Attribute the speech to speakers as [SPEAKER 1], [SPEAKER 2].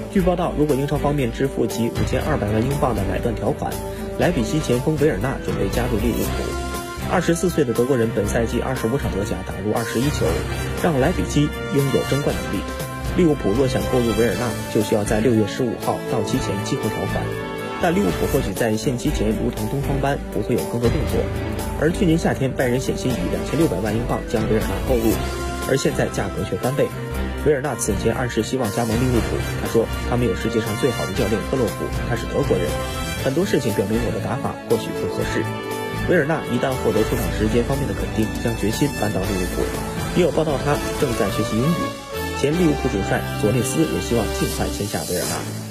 [SPEAKER 1] 据报道，如果英超方面支付其5200万英镑的买断条款，莱比锡前锋维尔纳准备加入利物浦。24岁的德国人本赛季25场德甲打入21球，让莱比锡拥有争冠能力。利物浦若想购入维尔纳，就需要在6月15号到期前激活条款。但利物浦或许在限期前如同东方般不会有更多动作。而去年夏天拜仁险些以2600万英镑将维尔纳购入，而现在价格却翻倍。维尔纳此前暗示希望加盟利物浦，他说他们有世界上最好的教练克洛普，他是德国人，很多事情表明我的打法或许不合适。维尔纳一旦获得出场时间方面的肯定，将决心搬到利物浦。也有报道他正在学习英语。前利物浦主帅佐内斯也希望尽快签下维尔纳。